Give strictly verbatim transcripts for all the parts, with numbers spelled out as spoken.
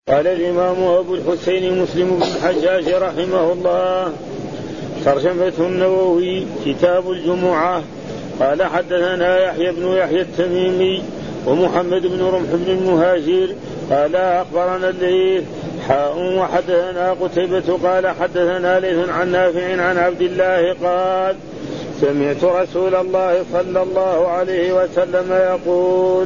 قال الإمام أبو الحسين مسلم بن الحجاج رحمه الله: ترجمة النووي كتاب الجمعة. قال حدثنا يحيى بن يحيى التميمي ومحمد بن رمح بن المهاجر قال أخبرنا الليث حاء وحدثنا قتيبة قال حدثنا ليث عن نافع عن عبد الله قال: سمعت رسول الله صلى الله عليه وسلم يقول: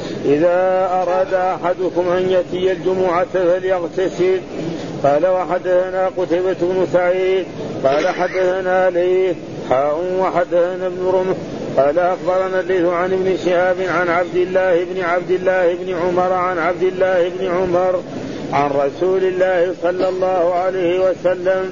إذا أراد أحدكم أن يأتي الجمعة فليغتسل. قال وحدثنا قتيبة بن سعيد قال حدثنا ليث حاء وحدثنا ابن رمح قال أخبرنا الليث عن ابن شهاب عن عبد الله بن عبد الله بن عمر عن عبد الله بن عمر عن رسول الله صلى الله عليه وسلم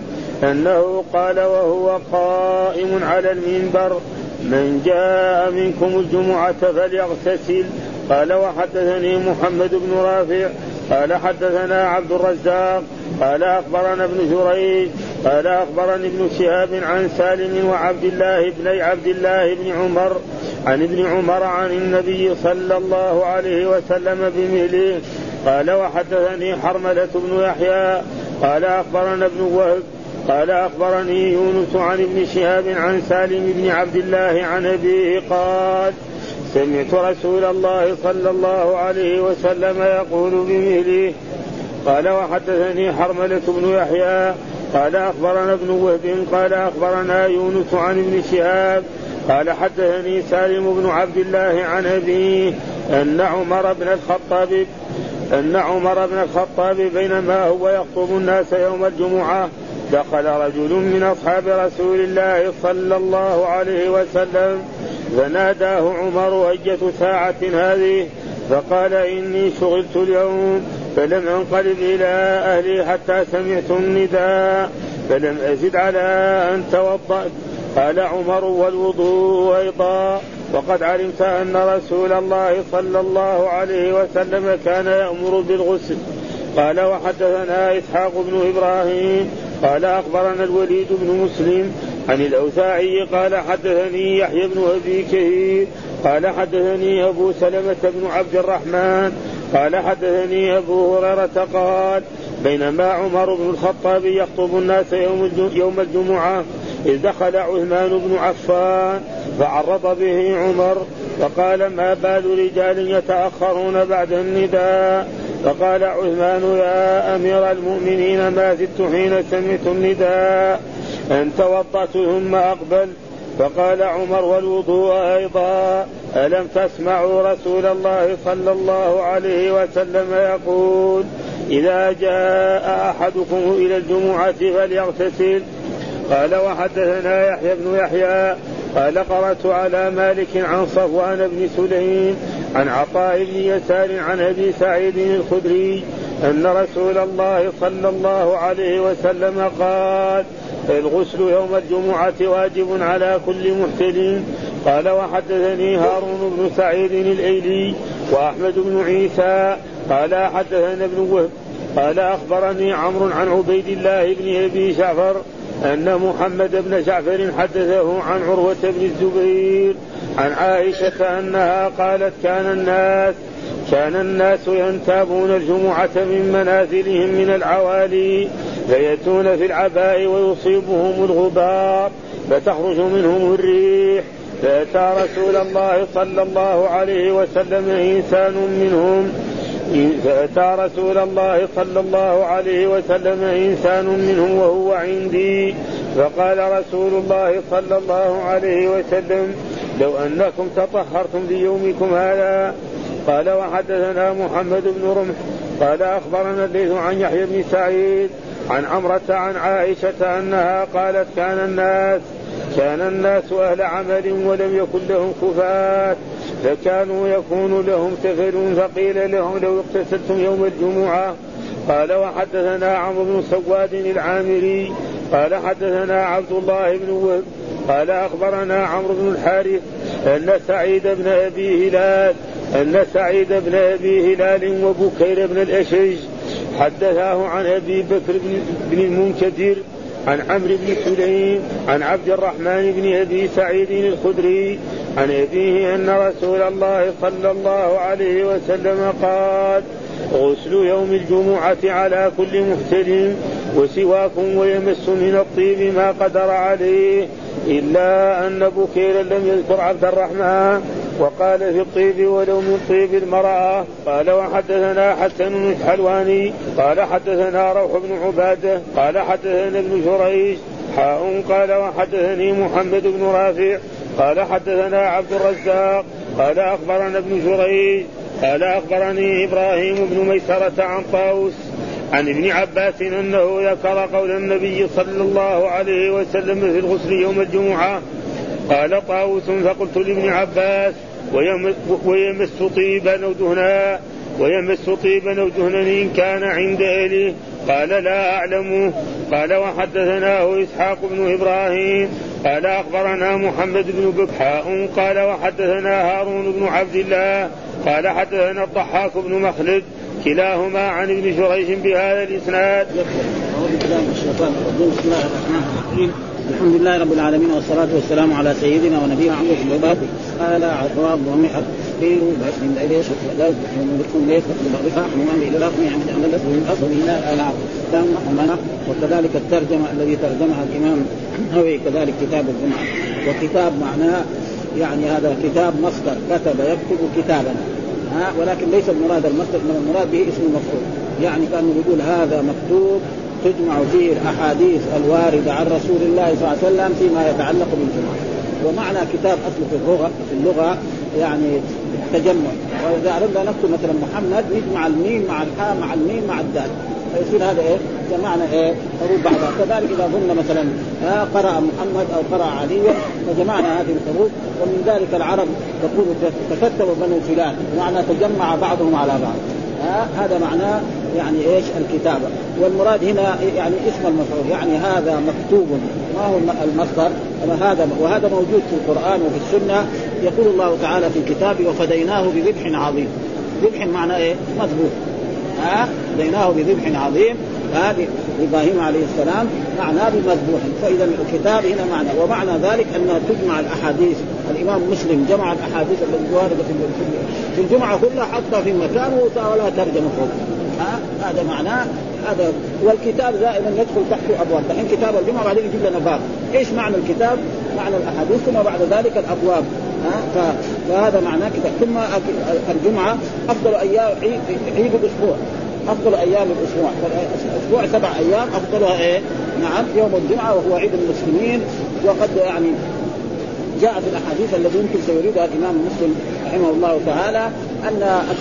أنه قال وهو قائم على المنبر: من جاء منكم الجمعة فليغتسل. قال وحدثني محمد بن رافع قال حدثنا عبد الرزاق قال أخبرنا ابن جريج قال أخبرني ابن شهاب عن سالم وعبد الله بن عبد الله بن عمر عن ابن عمر عن النبي صلى الله عليه وسلم بمثله. قال وحدثني حرملة بن يحيى قال أخبرنا ابن وهب قال أخبرني يونس عن ابن شهاب عن سالم بن عبد الله عن أبيه قال: سمعت رسول الله صلى الله عليه وسلم يقول بمثله. قال وحدثني حرملة بن يحيى قال أخبرنا ابن وهب قال أخبرنا يونس عن ابن شهاب قال حدثني سالم بن عبد الله عن أبيه أن عمر بن الخطاب أن عمر بن الخطاب بينما هو يخطب الناس يوم الجمعة دخل رجل من أصحاب رسول الله صلى الله عليه وسلم فناداه عمر: أية ساعة هذه؟ فقال: إني شغلت اليوم فلم أنقلب إلى أهلي حتى سمعت النداء فلم أزد على أن توضأت. قال عمر: والوضوء أيضا، وقد علمت أن رسول الله صلى الله عليه وسلم كان يأمر بالغسل. قال وحدثنا إسحاق بن إبراهيم قال أخبرنا الوليد بن مسلم عن الأوزاعي قال حدثني يحيى بن أبي كثير قال حدثني أبو سلمة بن عبد الرحمن قال حدثني أبو هريرة قال: بينما عمر بن الخطاب يخطب الناس يوم الجمعة إذ دخل عثمان بن عفان فعرض به عمر فقال: ما بال رجال يتأخرون بعد النداء؟ فقال عثمان: يا أمير المؤمنين، ما زدت حين سمعت النداء أن توضأت ثم أقبل. فقال عمر: والوضوء أيضا، ألم تسمعوا رسول الله صلى الله عليه وسلم يقول: إذا جاء أحدكم إلى الجمعة فليغتسل. قال وحدثنا يحيى بن يحيى قال قرأت على مالك عن صفوان بن سليم عن عطاء بن يسار عن أبي سعيد الخدري أن رسول الله صلى الله عليه وسلم قال: الغسل يوم الجمعة واجب على كل محتلم. قال وحدثني هارون بن سعيد الأيلي وأحمد بن عيسى قال حدثنا ابن وهب قال أخبرني عمرو عن عبيد الله بن أبي جعفر أن محمد بن جعفر حدثه عن عروة بن الزبير عن عائشة أنها قالت: كان الناس كان الناس ينتابون الجمعة من منازلهم من العوالي فيأتون في العباء ويصيبهم الغبار فتخرج منهم الريح فأتى رسول الله صلى الله عليه وسلم إنسان منهم فأتى رسول الله صلى الله عليه وسلم إنسان منهم وهو عندي فقال رسول الله صلى الله عليه وسلم: لو أنكم تطهرتم ليومكم هذا. قال وحدثنا محمد بن رمح قال أخبرنا الليث عن يحيى بن سعيد عن عمرة عن عائشة أنها قالت: كان الناس كان الناس أهل عمل ولم يكن لهم كفاة فكانوا يكون لهم سفر فقيل لهم: لو اغتسلتم يوم الجمعة. قال وحدثنا عمرو بن سواد العامري قال حدثنا عبد الله بن وهب قال أخبرنا عمرو بن الحارث أن سعيد بن أبي هلال أن سعيد بن أبي هلال وبكير بن الأشج حدثاه عن أبي بكر بن المنكدر عن عمرو بن سليم عن عبد الرحمن بن أبي سعيد الخدري عن أبيه أن رسول الله صلى الله عليه وسلم قال: غسل يوم الجمعة على كل محتلم وسواك ويمس من الطيب ما قدر عليه، إلا أن بكير لم يذكر عبد الرحمن وقال في الطيب ولو من طيب المرأة. قال وحدثنا حسن الحلواني قال حدثنا روح بن عبادة قال حدثنا ابن جريج حاء قال وحدثني محمد بن رافع قال حدثنا عبد الرزاق قال أخبرنا ابن جريج قال أخبرني إبراهيم بن ميسرة عن طاووس عن ابن عباس أنه ذكر قول النبي صلى الله عليه وسلم في الغسل يوم الجمعة. قال طاووس فقلت لابن عباس ويمس طيبا أو دهنا ويمس طيبا أو دهنا إن كان عند أهله؟ قال لا أعلمه. قال وحدثناه إسحاق بن إبراهيم قال أخبرنا محمد بن بكحاء قال وحدثنا هارون بن عبد الله قال حدثنا الضحاك بن مخلد كلاهما عن ابن جريج بهذا الإسناد. الحمد لله رب العالمين والصلاة والسلام على سيدنا ونبينا محمد وبعد. قال عقاب ومحر خير من إليش وذلك من ليس بغفاء ومن إلى الأرض يعني أن الله من أصل إلى العرض تام ومنع. وكذلك الترجمة الذي ترجمها الإمام هو كذلك كتاب الجمعة. وكتاب معناه يعني هذا كتاب مصدر كتب يكتب كتابا ها، ولكن ليس المراد المصدر من المراد به اسم المفعول، يعني كأنه يقول هذا مكتوب تجمع فيه الأحاديث الواردة عن رسول الله صلى الله عليه وسلم فيما يتعلق بالجمعة. ومعنى كتاب أصله في اللغة في اللغة يعني تجمع. وإذا أردنا نكتب مثلا محمد نجمع الميم مع الحاء مع الميم مع الدال فيصير هذا إيه بمعنى إيه حروف بعضها. كذلك إذا قلنا مثلا آه قرأ محمد أو قرأ علي فجمعنا هذه الحروف. ومن ذلك العرب تقول تكتب بنو فلان معنى تجمع بعضهم على بعض. آه هذا معناه يعني إيش الكتابة. والمراد هنا يعني اسم المفعول، يعني هذا مكتوب ما هو المصدر هذا. وهذا موجود في القرآن وفي السنة. يقول الله تعالى في كتابه وفديناه بذبح عظيم. ذبح معناه إيه مذبوح. ها فديناه بذبح عظيم هذه إبراهيم عليه السلام معناه بمذبوح. فإذا الكتاب هنا معنى. ومعنى ذلك أنها تجمع الأحاديث. الإمام مسلم جمع الأحاديث التي واردة في الجمعة كلها حتى في مكانه ولا ترجمة فوق. ها هذا معناه هذا. والكتاب دائما يدخل تحته أبواب. الحين كتاب الجمعة بعدين يجيب لنا باب. إيش معنى الكتاب؟ معنى الأحاديث ثم بعد ذلك الأبواب. ها فهذا معناه كتاب. ثم الجمعة أفضل أيام عيد الأسبوع، أفضل أيام الأسبوع. الأسبوع سبع أيام أفضلها إيه؟ نعم يوم الجمعة وهو عيد المسلمين. وقد يعني جاء في الأحاديث الذي يمكن سيريدها الإمام مسلم رحمه الله تعالى أن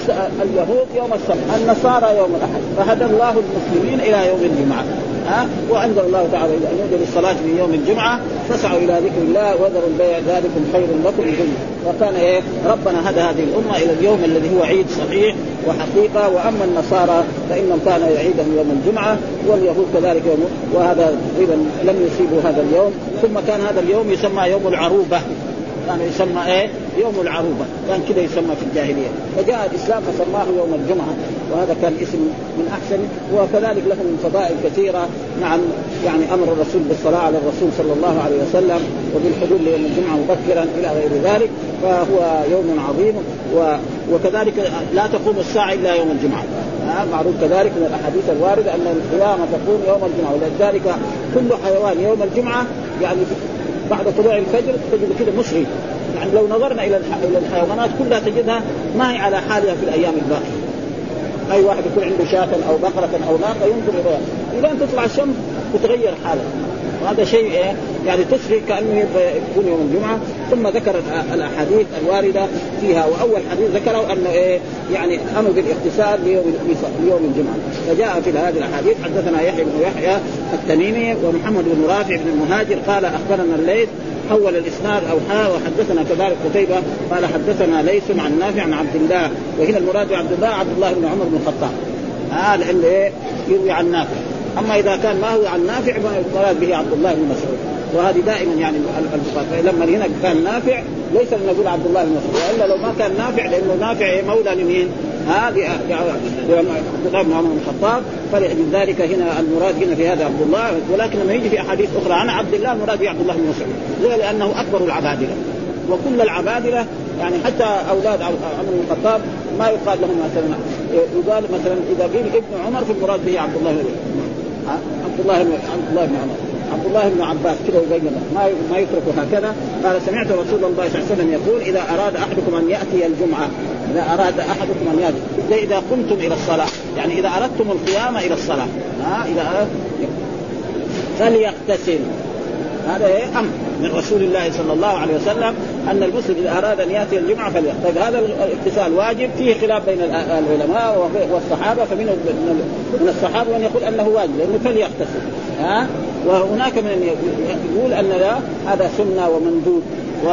اليهود يوم السبت النصارى يوم الأحد، فهدى الله المسلمين إلى يوم الجمعة. ها وأنزل الله تعالى إذا نودي للصلاة في يوم الجمعة فاسعوا إلى ذكر الله وذروا البيع ذلكم خير لكم جميعا. وكان إيه ربنا هدى هذه الأمة إلى اليوم الذي هو عيد صحيح وحقيقة. وأما النصارى فإنهم كانوا يعيدهم يوم الجمعة واليهود كذلك يوم. وهذا تقريبا لم يصيبوا هذا اليوم. ثم كان هذا اليوم يسمى يوم العروبة، كان يعني يسمى ايه يوم العروبة، كان كده يسمى في الجاهلية. فجاء الإسلام فسماه يوم الجمعة وهذا كان اسم من أحسن. وكذلك له من فضائل كثيرة. نعم يعني أمر الرسول بالصلاة على الرسول صلى الله عليه وسلم وبالحضور ليوم الجمعة مبكرا إلى غير ذلك. فهو يوم عظيم. و... وكذلك لا تقوم الساعة إلا يوم الجمعة. معروف كذلك من الأحاديث الواردة أن القيامة تقوم يوم الجمعة. ولذلك كل حيوان يوم الجمعة يعني بعد طلوع الفجر تجد كده مشري. يعني لو نظرنا إلى إلى الحيوانات كلها تجدها ما هي على حالها في الأيام الباقية. أي واحد يكون عنده شاة أو بقرة أو ناقة ينظر إليها إلى أن تطلع الشمس تتغير حالها. وهذا شيء إيه يعني تشري كأنه يكون يوم الجمعة. ثم ذكر الأحاديث الواردة فيها. وأول حديث ذكره أنه إيه يعني أمر بالاغتسال ليوم ليوم الجمعة. فجاء في هذه الأحاديث حدثنا يحيى بن يحيى التميمي ومحمد بن رافع بن المهاجر قال أخبرنا الليث حول الإسناد أو حا. وحدثنا كذلك قتيبة قال حدثنا ليث عن نافع عن عبد الله. وهنا المراد عبد الله عبد الله بن عمر بن الخطاب آه لأنه إيه يروي عن نافع. أما إذا كان ما هو عن نافع فالمراد به عبد الله بن مسعود. وهذه دائما يعني البخاري لما هنا كان نافع ليس نقول عبد الله بن مسعود، إلا لو ما كان نافع لأنه نافع مولى لمين؟ هذه عبد الله بن عمر بن الخطاب. فلذلك هنا المراد هنا في هذا عبد الله. ولكن لما يجي في أحاديث أخرى عن عبد الله المراد به عبد الله بن مسعود ليه؟ لأنه أكبر العبادلة. وكل العبادلة يعني حتى أولاد عمر بن الخطاب ما يقال لهم مثلا يقال مثلا إذا قيل ابن عمر في المراد به عبد الله عبد الله عبد الله بن عمر عبد الله بن عباس كده يبين ما ما يتركه هكذا. قال سمعت رسول الله صلى الله عليه وسلم يقول إذا أراد أحدكم أن يأتي الجمعة إذا أراد أحدكم أن يأتي إذا قمتم إلى الصلاة يعني إذا أردتم القيام إلى الصلاة ها إذا أردت فليغتسل. هذا أمر من رسول الله صلى الله عليه وسلم أن المسلم إذا أراد أن يأتي الجمعة فليغتسل. طيب هذا الاغتسال واجب فيه خلاف بين العلماء والصحابة فمنهم من الصحابة من يقول أنه واجب لأنه فليغتسل ها وهناك من يقول أن هذا سنة ومندوب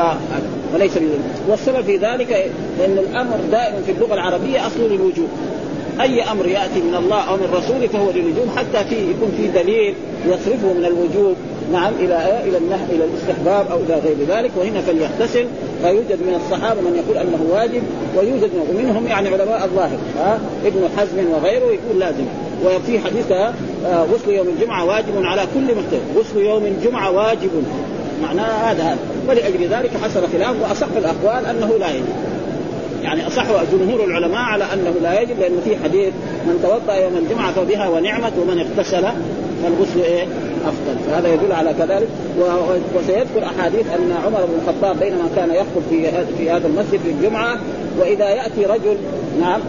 وليس بذلك. والسبب في ذلك لأن الأمر دائما في اللغة العربية أصله للوجوب. أي أمر يأتي من الله أو من رسوله فهو للوجوب حتى فيه يكون فيه دليل يصرفه من الوجوب نعم إلى إلى النهي إلى الاستحباب أو إلى غير ذلك. وهنا فليغتسل فيوجد من الصحابة من يقول أنه واجب ويوجد منهم يعني علماء الظاهر ها ابن حزم وغيره يقول لازم. وفي حديث غسل يوم الجمعة واجب على كل محتاج غسل يوم الجمعة واجب معناه هذا هذا. ولأجل ذلك حصل خلاف وأصح الأقوال أنه لا يجب يعني أصح جمهور العلماء على أنه لا يجب لأن في حديث من توضأ يوم الجمعة فبها ونعمت ومن اغتسل فالغسل إيه أفضل. فهذا يدل على كذلك. وسيذكر أحاديث أن عمر بن الخطاب بينما كان يخطب في في هذا المسجد في الجمعة وإذا يأتي رجل نعم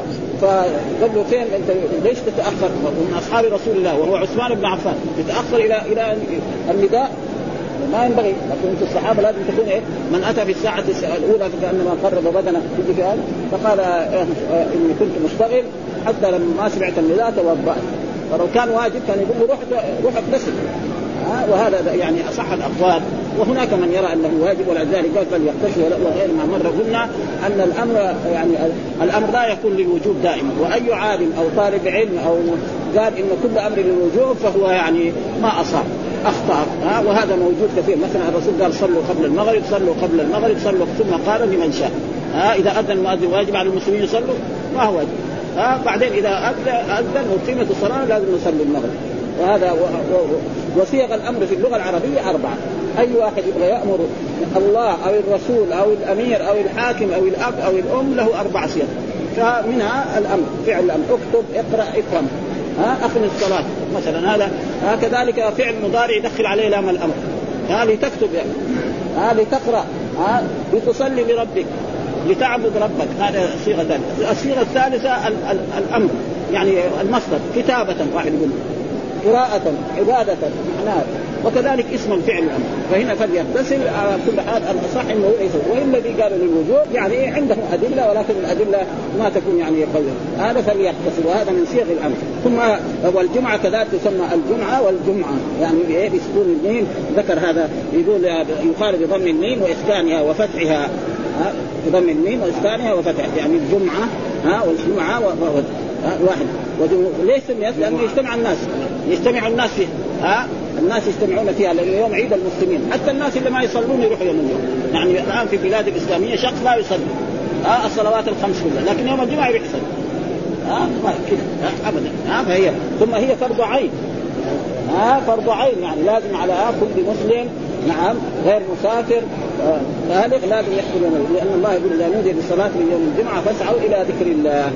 فقال له فين أنت ليش تتأخر من أصحاب رسول الله وهو عثمان بن عفان تتأخر إلى إلى النداء ما ينبغي. لكن انت الصحابه لازم تكون ايه من اتى في الساعه الاولى فكانما قرب بدنه في فعل. فقال اني كنت مشتغل حتى لما ما سمعت النداء توضأت. فلو كان واجب كان يقول له روح روح اغتسل. وهذا يعني اصح الاقوال. وهناك من يرى انه واجب ولذلك قال فليغتسل. وغير ما مر قلنا ان الامر يعني الامر لا يكون للوجوب دائما. واي عالم او طالب علم او قال ان كل امر للوجوب فهو يعني ما اصاب أخطأ. ها وهذا موجود كثير. مثلا الرسول قال صلوا قبل المغرب صلوا قبل المغرب صلوا ثم قال لمن شاء. ها إذا أذن المؤذن واجب على المسلمين يصلوا ما هو واجب. ها بعدين إذا أذن وقيمة الصلاة لازم نصلي المغرب. وهذا و... و... وصيغ الأمر في اللغة العربية أربعة. أي واحد يبغى يأمر الله أو الرسول أو الأمير أو الحاكم أو الأب أو الأم له أربع صيغ. فمنها الأمر فعل الأمر اكتب اقرأ افهم ها أقم الصلاة مثلا. هذا كذلك فعل مضارع يدخل عليه لام الأمر. ها لتكتب يعني ها لتقرأ ها لتصلي لربك لتعبد ربك. هذا صيغة ثالثة. الصيغة الثالثة ال- ال- الأمر يعني المصدر كتابة واحد يقول قراءة عبادة معناه. وكذلك اسم الفعل الأمر. فهنا فليغتسل على كل حال الأصح إنه ليس. والذي قالوا للوجوب يعني عندهم أدلة ولكن الأدلة ما تكون يعني قوية. هذا فليغتسل وهذا من صيغ الأمر. ثم والجمعة كذلك تسمى الجمعة والجمعة يعني بسكون الميم. ذكر هذا يقول يقال بضم الميم وإسكانها وفتحها بضم الميم وإسكانها وفتحها يعني الجمعة ها والجمعة واحد. ليس الناس لأنه يجتمع الناس يجتمع الناس فيه ها الناس يجتمعون فيها لأنه يوم عيد المسلمين. حتى الناس اللي ما يصلون يروحوا يوم اليوم. يعني الآن في بلاد الإسلامية شخص لا يصلي ها الصلوات الخمس كلها لكن يوم الجمعة يروح يصلي ها ما كده أبدا. ها فهي ثم هي فرض عين. ها فرض عين يعني لازم على كل مسلم نعم غير مسافر بالغ لازم يحضر يوم. لأن الله يقول إذا نودي للصلاة من يوم الجمعة فاسعوا إلى ذكر الله.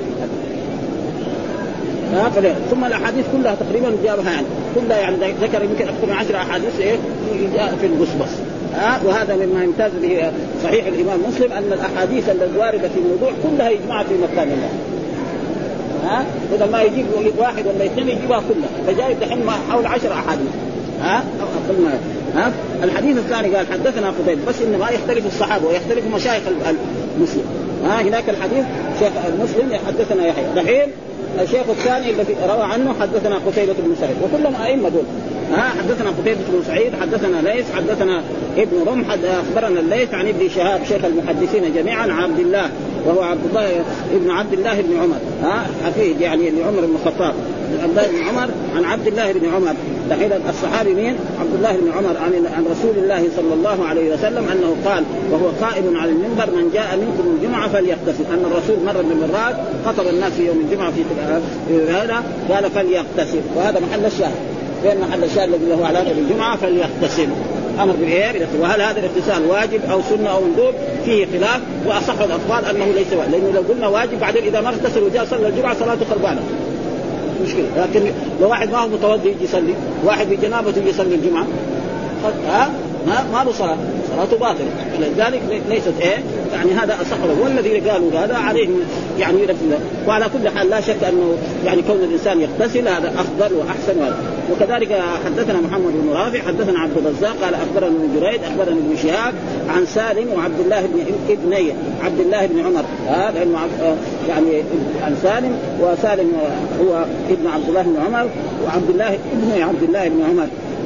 ثم الأحاديث كلها تقريبا جابها يعني كلها يعني ذكر يمكن أكثر من عشر أحاديث إيه في البصبص. ها وهذا مما يمتاز به صحيح الإمام مسلم أن الأحاديث الواردة في الموضوع كلها يجمعها في مكان الله. ها إذا ما يجيب واحد ولا اثنين يجيبها كلها فجاء دحين حول عشر أحاديث. ها أو أقل ما ها. الحديث الثاني قال حدثنا قتيبة بس إنما يختلف الصحابة ويختلف مشايخ المسلم. ها هناك الحديث شيخ المسلم يحدثنا يحيى. دحين الشيخ الثاني الذي روى عنه حدثنا قتيبة بن سعيد وكلهم أئمة دول. ها حدثنا قتيبة بن سعيد حدثنا ليث حدثنا ابن رمح أخبرنا الليث عن ابن شهاب شيخ المحدثين جميعا عبد الله وهو عبد الله ابن عبد الله بن عمر ها حفيد يعني لعمر بن الخطاب عبد الله بن عمر عن عبد الله بن عمر. دحين الصحابي مين؟ عبد الله بن عمر عن عن رسول الله صلى الله عليه وسلم أنه قال وهو قائم على المنبر من جاء منكم الجمعة فليغتسل. أن الرسول مر من المرات خطب الناس في يوم الجمعة في هذا قال فليغتسل. وهذا محل الشاهد. فين محل الشاهد الذي له علاقة بالجمعة؟ فليغتسل. امر بالايه، وهل هذا الاغتسال واجب او سنه او مندوب؟ فيه خلاف، واصح الاقوال انه ليس واجب، لانه لو قلنا واجب بعدين اذا ما اغتسل وجاء صلى الجمعه صلاته خربانه مشكله. لكن لو واحد ما هو متوضئ يجي يصلي، واحد بجنابته يجي يصلي الجمعه ها ما ما له صلاه، صلاته باطله. لذلك ليست ايه يعني هذا اصح. والذي قالوا هذا عليهم يعني يرفض. وعلى كل حال لا شك انه يعني كون الانسان يغتسل هذا افضل واحسن. وكذلك حدثنا محمد بن رافع حدثنا عبد الرزاق قال اخبرنا ابن جريد اخبرنا ابن شهاب عن سالم وعبد الله بن ابني عبد الله بن عمر، هذا آه يعني عن سالم، وسالم هو ابن عبد الله بن عمر، وعبد الله ابن عبد الله بن عمر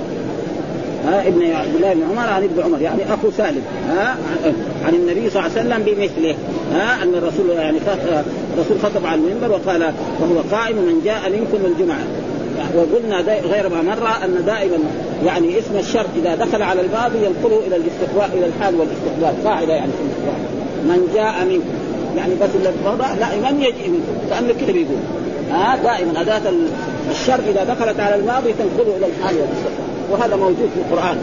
ها ابن عبد الله بن عمر عن ابن عمر يعني اخو سالم ها عن النبي صلى الله عليه وسلم بمثله ها ان الرسول يعني الرسول خطب على المنبر وقال وهو قائم من جاء منكم الجمعه. وقلنا غير ما مره ان دائما يعني اسم الشرط اذا دخل على الماضي ينقله الى الاستقبال الى الحال والاستقبال، قاعده يعني في الاستقبال من جاء منكم يعني بس الوضع لا من يجيء منكم كانه كده بيقول ها دائما اداه الشرط اذا دخلت على الماضي تنقله الى الحال والاستقبال، وهذا موجود في القرآن.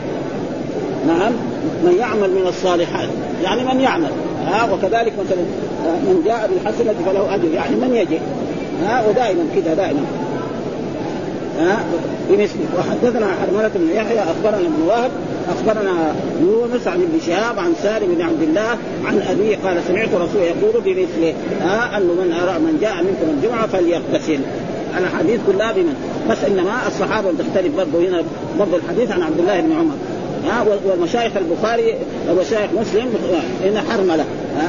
نعم من يعمل من الصالحات يعني من يعمل ها، وكذلك مثلا من جاء بالحسنة فله أجر يعني من يجي ها، ودائما كده دائما ها بمثله. وحدثنا حرملة بن يحيى أخبرنا ابن وهب أخبرنا يونس عن ابن شهاب عن سالم بن عبد الله عن أبيه قال سمعت رسول يقول بمثله ها أنه من أرى من جاء منكم الجمعة فليغتسل. الحديث كلها بمن بس انما الصحابه تختلف برضه هنا برضه الحديث عن عبد الله بن عمر ها، والمشايخ البخاري ومشايخ مسلم هنا حرمله ها.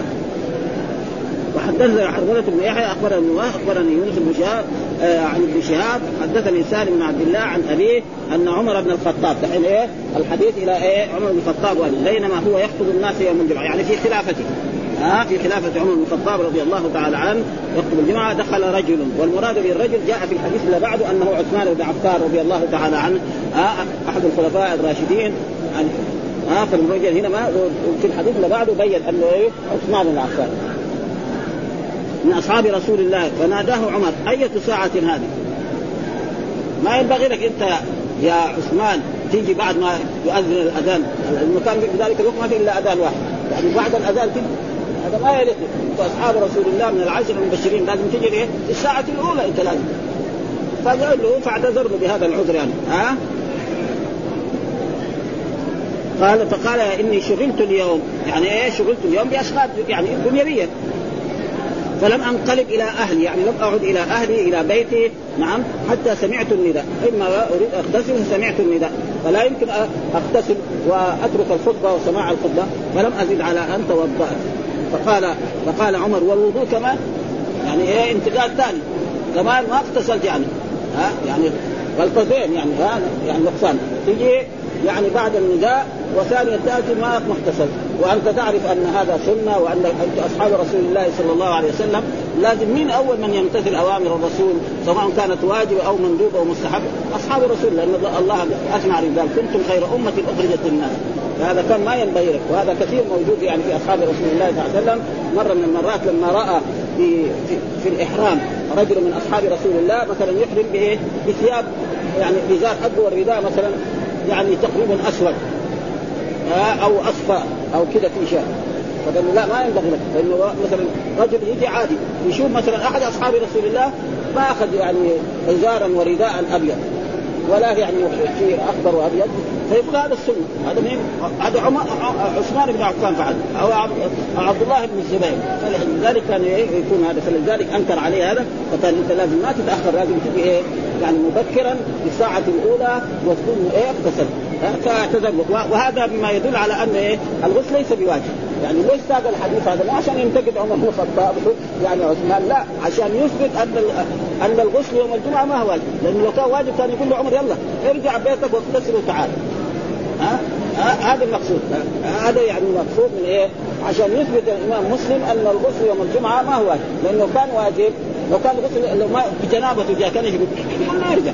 وحدثنا حرمله بن يحيى اخبرنا ابن وهب اخبرني يونس بن شهاب آه عن ابن شهاب حدثني سالم بن عبد الله عن ابيه ان عمر بن الخطاب دحين ايه الحديث الى ايه عمر بن الخطاب بينما هو يخطب الناس يوم الجمعه يعني في خلافته ها في خلافة عمر بن الخطاب رضي الله تعالى عنه يخطب الجمعة دخل رجل، والمراد بالرجل جاء في الحديث اللي بعده أنه عثمان بن عفان رضي الله تعالى عنه أحد الخلفاء الراشدين ها. فالرجل هنا ما في الحديث اللي بعده بين أنه عثمان بن عفان من أصحاب رسول الله. فناداه عمر أية ساعة هذه؟ ما ينبغي لك أنت يا عثمان تيجي بعد ما يؤذن الأذان، المكان في ذلك الوقت ما في إلا أذان واحد يعني بعد الأذان تيجي، هذا ما يليق. أصحاب رسول الله من العشر المبشرين لازم تجي إيه الساعة الأولى أنت لازم. فقال له فاعتذر له بهذا العذر يعني ها. قال فقال إني شغلت اليوم يعني إيه شغلت اليوم بأشغال يعني دنيوية فلم أنقلب إلى أهلي يعني لم أعد إلى أهلي إلى بيتي نعم حتى سمعت النداء، إما أريد أغتسل سمعت النداء فلا يمكن أغتسل وأترك الخطبة وسماع الخطبة فلم أزد على أن توضأت. فقال فقال عمر والوضوء كمان يعني إيه انتقال ثاني كمان ما اغتسلت يعني ها يعني غلطتين يعني ها يعني نقصان تيجي يعني بعد النداء وثانيا تأتي ما اغتسلت، وأنت تعرف أن هذا سنة وأن أصحاب رسول الله صلى الله عليه وسلم لازم من أول من يمتثل أوامر الرسول سواء كانت واجبة أو مندوبة أو مستحب أصحاب الرسول، لأن الله أسمع رجال كنتم خير أمة أخرجت للناس، فهذا كان ما ينبغي لك. وهذا كثير موجود يعني في أصحاب رسول الله صلى الله عليه وسلم. مرة من المرات لما رأى في, في, في الإحرام رجل من أصحاب رسول الله مثلا يحرم بإيه بثياب يعني إزار حقه والرداء مثلا يعني تقريبا أسود أو أصفى أو كذا في شيء، فقالوا لا ما ينبغي لك، لأنه مثلا رجل يجي عادي يشوف مثلا أحد أصحاب رسول الله ما أخذ يعني إزارا ورداء أبيض ولا يعني شيء أخضر وأبيض فيقول هذا السنة، هذا مين؟ هذا عثمان بن عفان فعل أو عبد الله بن الزبير، فلذلك كان يكون هذا، فلذلك أنكر عليه هذا. فكان أنت لازم ما تتأخر، لازم تجي إيه يعني مبكرا في الساعة الأولى وتكون إيه اغتسل فاعتذر. وهذا بما يدل على أن إيه الغسل ليس بواجب، يعني ليس هذا الحديث هذا لا عشان ينتقد عمر بن الخطاب يعني عثمان، لا عشان يثبت أن أن الغسل يوم الجمعة ما هو واجب، لأنه لو كان واجب كان يقول له عمر يلا ارجع بيتك واغتسل وتعال. ها هذا المقصود، هذا يعني المقصود من إيه عشان يثبت الإمام مسلم أن الغسل يوم الجمعة ما هو واجب، لأنه كان واجب لو كان الغسل لو ما بجنابته جاء كان يقول لا يرجع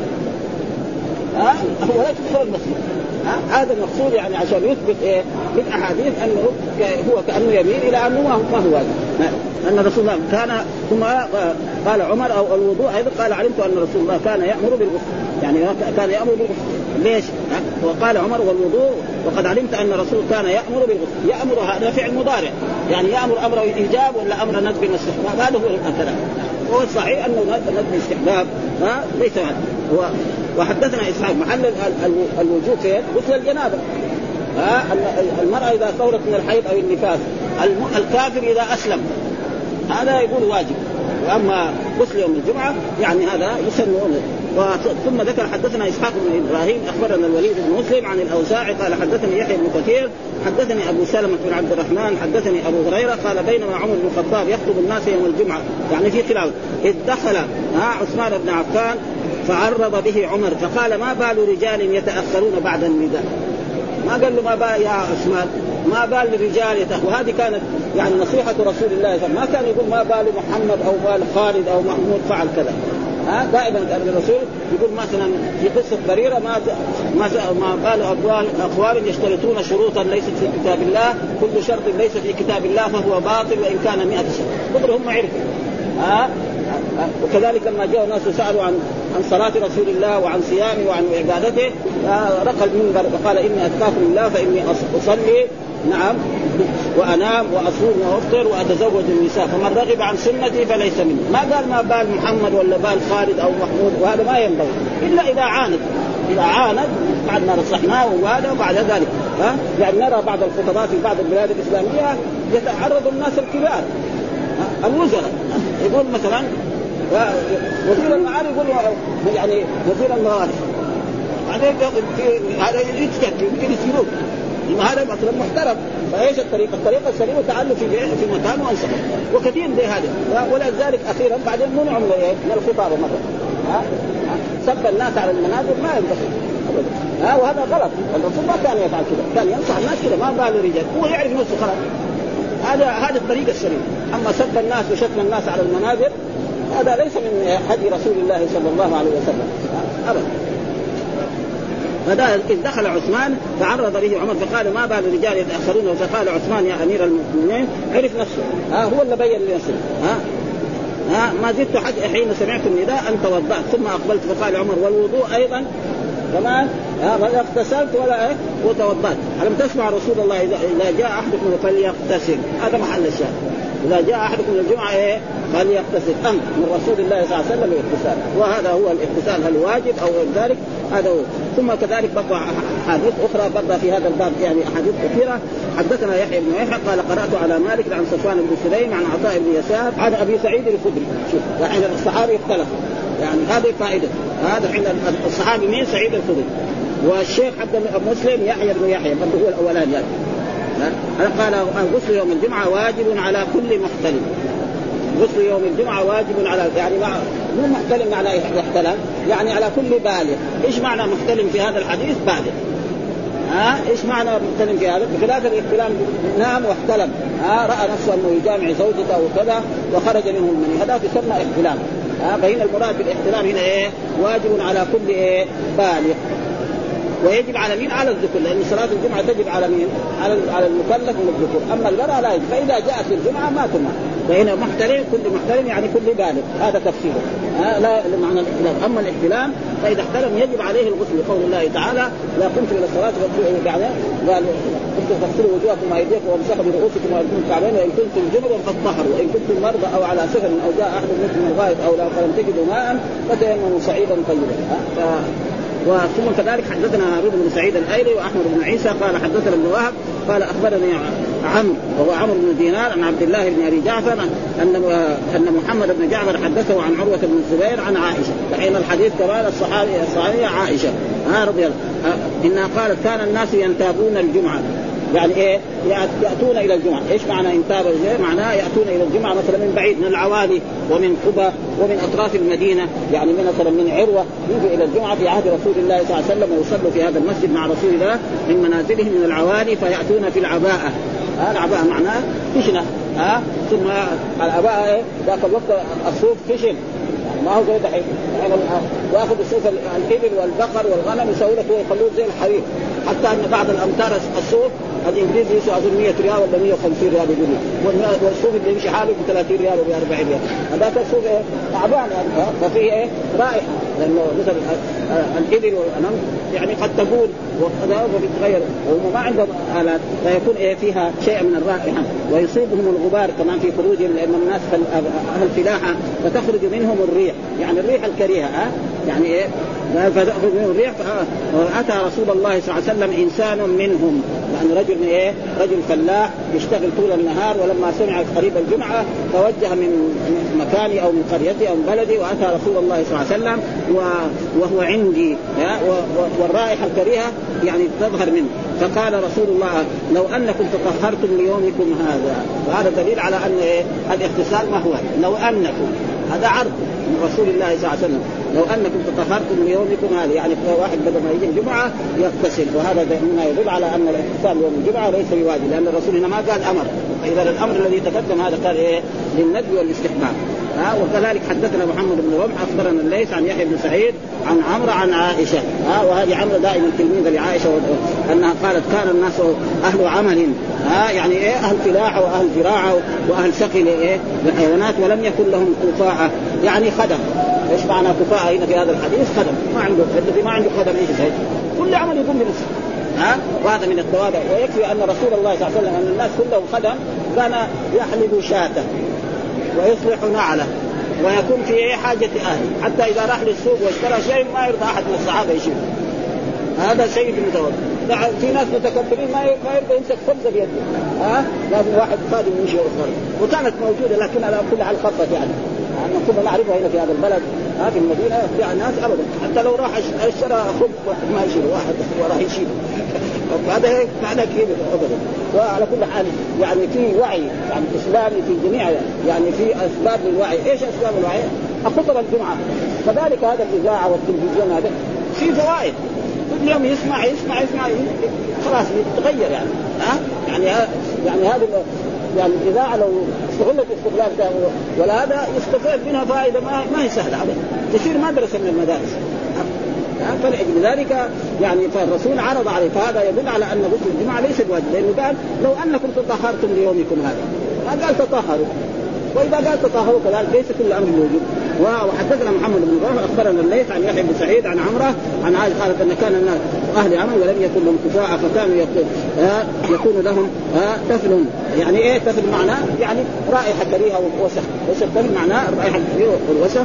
ها هو لا تدخل المسجد. هذا المقصود يعني عشان يثبت إيه في الأحاديث أنه هو كأنه يميل إلى أنه ما هو واجب، أن رسول الله كان ثم قال عمر أو الوضوء أيضا قال علمت أن رسول الله كان يأمر بالغسل يعني كان يأمر بالغسل ليش؟ وقال عمر والوضوء وقد علمت أن الرسول كان يأمر بالغسل. يأمر هذا فعل مضارع، يعني يأمر أمر إيجاب ولا أمر ندب واستحباب، هذا هو الكلام. هو الصحيح أنه ندب استحباب ها ليس هذا. وحدثنا إسحاق محل الوجوب في غسل الجنابة. ها المرأة إذا ثورت من الحيض أو النفاس، الكافر إذا أسلم هذا يقول واجب. وأما غسل يوم الجمعة يعني هذا يسنونه. ثم ذكر حدثنا إسحاق بن إبراهيم أخبرنا الوليد بن مسلم عن الأوزاعي قال حدثني يحيى بن كثير حدثني أبو سلمة بن عبد الرحمن حدثني أبو هريرة قال بينما عمر بن الخطاب يخطب الناس يوم الجمعة يعني في خلاف إذ دخل عثمان بن عفان فعرض به عمر فقال ما بال رجال يتأخرون بعد النداء. ما قال له ما بال يا عثمان، ما بال الرجال يتأخرون. وهذه كانت يعني نصيحة رسول الله، ما كان يقول ما بال محمد أو بال خالد أو محمود فعل كذا. ها دائما كان الرسول يقول مثلا في قصة بريرة ما ما ما بال أقوال أقوال يشترطون شروطا ليست في كتاب الله، كل شرط ليس في كتاب الله فهو باطل وإن كان مئة شرط. قدر هم عرفوا. ها وكذلك لما جاءوا الناس سألوا عن عن صلاة رسول الله وعن صيامه وعن عبادته رقى المنبر وقال إني أتقاكم الله فإني أصلي نعم وأنام وأصوم وأفطر وأتزوج النساء فمن رغب عن سنتي فليس مني. ما قال ما بال محمد ولا بال خالد أو محمود، وهذا ما ينبغي إلا إذا عاند. إذا عاند بعد ما نصحناه وهذا وبعد ذلك ها يعني نرى بعض الخطبات في بعض البلاد الإسلامية يتعرض الناس الكبار الوزراء يقول مثلا وزير المعارف يقول يعني وزير المعارف بعدين هذا يتكلم يمكن يسيروه هذا مثلا محترم. فايش الطريقه؟ الطريقه السليمه تعلم في في مكان وانصح وكثير زي هذا. ولذلك اخيرا بعدين منعوا من الخطابه مره ها سب الناس على المنابر ما ينبغي ابدا ها وهذا غلط. الرسول ما كان يفعل كذا، كان ينصح الناس كذا ما بال الرجال، هو يعرف نفسه خلاص. هذا هذا الطريقه السليمه. اما سب الناس وشتم الناس على المنابر هذا ليس من هدي رسول الله صلى الله عليه وسلم ابدا. فدا إذ دخل عثمان فعرض به عمر فقال ما بال الرجال يتأخرون، فقال عثمان يا أمير المؤمنين عرف نفسه ها هو اللي بين لنفسه ها ها ما زدت حتى حين سمعت النداء أن توضأت ثم أقبلت. فقال عمر والوضوء أيضا كمان ها ولا اغتسلت ولا إيه وتوضأت. ألم تسمع رسول الله إذا, إذا جاء أحدكم فليغتسل، هذا محل الشاهد. إذا جاء أحدكم الجمعة إيه فليغتسل أمر من رسول الله صلى الله عليه وسلم الاغتسال، وهذا هو الاغتسال هل واجب أو غير ذلك هذا هو. ثم كذلك بقى أحاديث أخرى بقى في هذا الباب يعني أحاديث كثيرة. حدثنا يحيى بن يحيى قال قرأت على مالك عن صفوان بن سليم عن عطاء بن يسار عن أبي سعيد الخدري. شوف يعني الصحابي اختلف يعني هذه فائدة. هذا حين الصحابي مين؟ سعيد الخدري. والشيخ حتى مسلم يحيى بن يحيى برضه هو الأولاني يعني. أنا قال غسل يوم الجمعة واجب على كل محتلم. غسل يوم الجمعة واجب على يعني مو محتلم معنى يحتلم يعني على كل بالغ. إيش معنى محتلم في هذا الحديث؟ بالغ. ها إيش معنى محتلم في هذا؟ بخلاف الاحتلام نام واحتلم ها رأى نفسه أنه يجامع زوجته أو كذا وخرج منه المني، هذا يسمى احتلام. ها فهنا المراد بالاحتلام هنا إيه؟ واجب على كل إيه؟ بالغ. ويجب على مين؟ على الذكر، لأن صلاة الجمعة تجب على مين؟ على على المكلف من الذكور، أما المرأة لا يجب. فإذا جاءت الجمعة ما تمنع. فهنا محترم كل محترم يعني كل بالغ، هذا تفسيره. آه لا معنى الاحتلام. أما الاحتلام فإذا احتلم يجب عليه الغسل لقول الله تعالى لا قمتم إلى الصلاة يعني قال كنتم تغسلوا وجوهكم وأيديكم وامسحوا برؤوسكم وأرجلكم الكعبين وإن كنتم جنبا فاطهروا وإن كنتم مرضى أو على سفر أو جاء أحد منكم من الغائط أو لم تجدوا ماء فتيمموا صعيدا طيبا. آه وثم كذلك حدثنا هارون بن سعيد الايلي واحمد بن عيسى قال حدثنا ابن وهب قال اخبرني عمرو وهو عمرو بن دينار عن عبد الله بن ابي جعفر ان ان محمد بن جعفر حدثه عن عروه بن الزبير عن عائشه. فحين الحديث كمان الصحابي الصحابيه عائشه ها رضي الله انها قالت كان الناس ينتابون الجمعه يعني ايه ياتون الى الجمعه. ايش معنى انتاب؟ معناه ياتون الى الجمعه مثلا من بعيد من العوالي ومن قبى ومن اطراف المدينه، يعني مثلا من عروه يجوا الى الجمعه في عهد رسول الله صلى الله عليه وسلم ويصلوا في هذا المسجد مع رسول الله من منازلهم من العوالي فياتون في العباءه. ها العباءه معناه خشنه ها ثم العباءه ايه ذاك الوقت الصوف خشن ما هو زي دحين يعني واخذ الصوف الابل والبقر والغنم يسوي لك ويخلوه زي الحرير، حتى ان بعض الامتار الصوف الانجليزي يسوى اظن مئة ريال ولا مئة وخمسين ريال يقولوا، والصوف اللي يمشي حاله ب ثلاثين ريال ولا أربعين ريال. هذاك الصوف ايه تعبان يعني ففيه ايه رائحه لانه مثل الابل والغنم يعني قد تقول وقد بتتغير وهم ما عندهم آلات فيكون إيه فيها شيء من الرائحة ويصيبهم الغبار كمان في خروجهم لأن الناس أهل فلاحة فتخرج منهم الريح يعني الريح الكريهة أه؟ يعني إيه فتخرج منهم الريح. فأتى رسول الله صلى الله عليه وسلم إنسان منهم لأن رجل إيه رجل فلاح يشتغل طول النهار ولما سمع قريب الجمعة توجه من مكاني أو من قريتي أو من بلدي وأتى رسول الله صلى الله عليه وسلم وهو عندي والرائحة الكريهة يعني تظهر منه. فقال رسول الله لو أنكم تطهرتم ليومكم هذا وهذا دليل على أن الاغتسال ما هو لو أنكم هذا عرض من رسول الله صلى الله عليه وسلم لو أنكم تطهرتم ليومكم هذا يعني واحد بدل ما يجي الجمعة يغتسل وهذا هنا يدل على أن الاغتسال يوم الجمعة ليس بواجب لأن الرسول هنا ما قال أمر فإذا الأمر الذي تقدم هذا قال إيه للندب والاستحباب. ها وكذلك حدثنا محمد بن رمح أخبرنا الليث عن يحيى بن سعيد عن عمرو عن عائشة ها وهذه عمرو دائما تلميذة لعائشة أنها قالت كان الناس أهل عمل ها يعني إيه أهل فلاحة وأهل زراعة وأهل سقي إيه للحيوانات ولم يكن لهم كفاءة يعني خدم. إيش معنى كفاءة هنا في هذا الحديث؟ خدم ما عنده الذي ما عنده خدم إيش زي كل عمل يقوم بنفسه ها وهذا من التواضع. ويكفي أن رسول الله صلى الله عليه وسلم أن الناس كلهم خدم كان يحلب شاته ويصلح نعله ويكون في حاجة أهل حتى إذا راح للسوق واشترى شيء ما يرضى أحد من الصحابة يشيله. هذا شيء في المتواضع. في ناس متكبرين ما ما يرضى يمسك خبزة بيده ها لازم واحد خادم يمشي ويخرج وكانت موجودة لكن على كل حال خفت يعني أن كنا نعرفها هنا في هذا البلد ها في المدينة في الناس أبدا حتى لو راح اشترى خبز ما يشيله واحد وراح يشيله هذا معنى كبير أبدا. وعلى كل حال يعني في وعي يعني إسلامي في جميع يعني في أسباب للوعي. إيش أسباب الوعي؟ خطب الجمعة كذلك هذا الإذاعة والتلفزيون هذا في فوائد كل يوم يسمع يسمع يسمع خلاص يتغير يعني ها يعني يعني هذا يعني الإذاعة لو استغلت استغلال ولا هذا يستفاد منها فائدة ما ما هي سهلة عليه تصير مدرسة من المدارس. فلأجل ذلك يعني فالرسول عرض عليه فهذا يدل على أن غسل الجمعة ليس بواجب لأنه قال لو أنكم تطهرتم ليومكم هذا ما قال تطهروا وإذا قال تطهروا كذلك ليس كل أمر موجود. وحدثنا محمد بن رافع أخبرنا الليث عن يحيى بن سعيد عن عمرة عن عائشة قالت أن كان الناس أهل عمل ولم يكن لهم كفاءة فكانوا يكون لهم تفل يعني إيه تفل معناه يعني رائحة كريهة ووسخ وسخ تفل معناه الرائحة الكريهة والوسخ.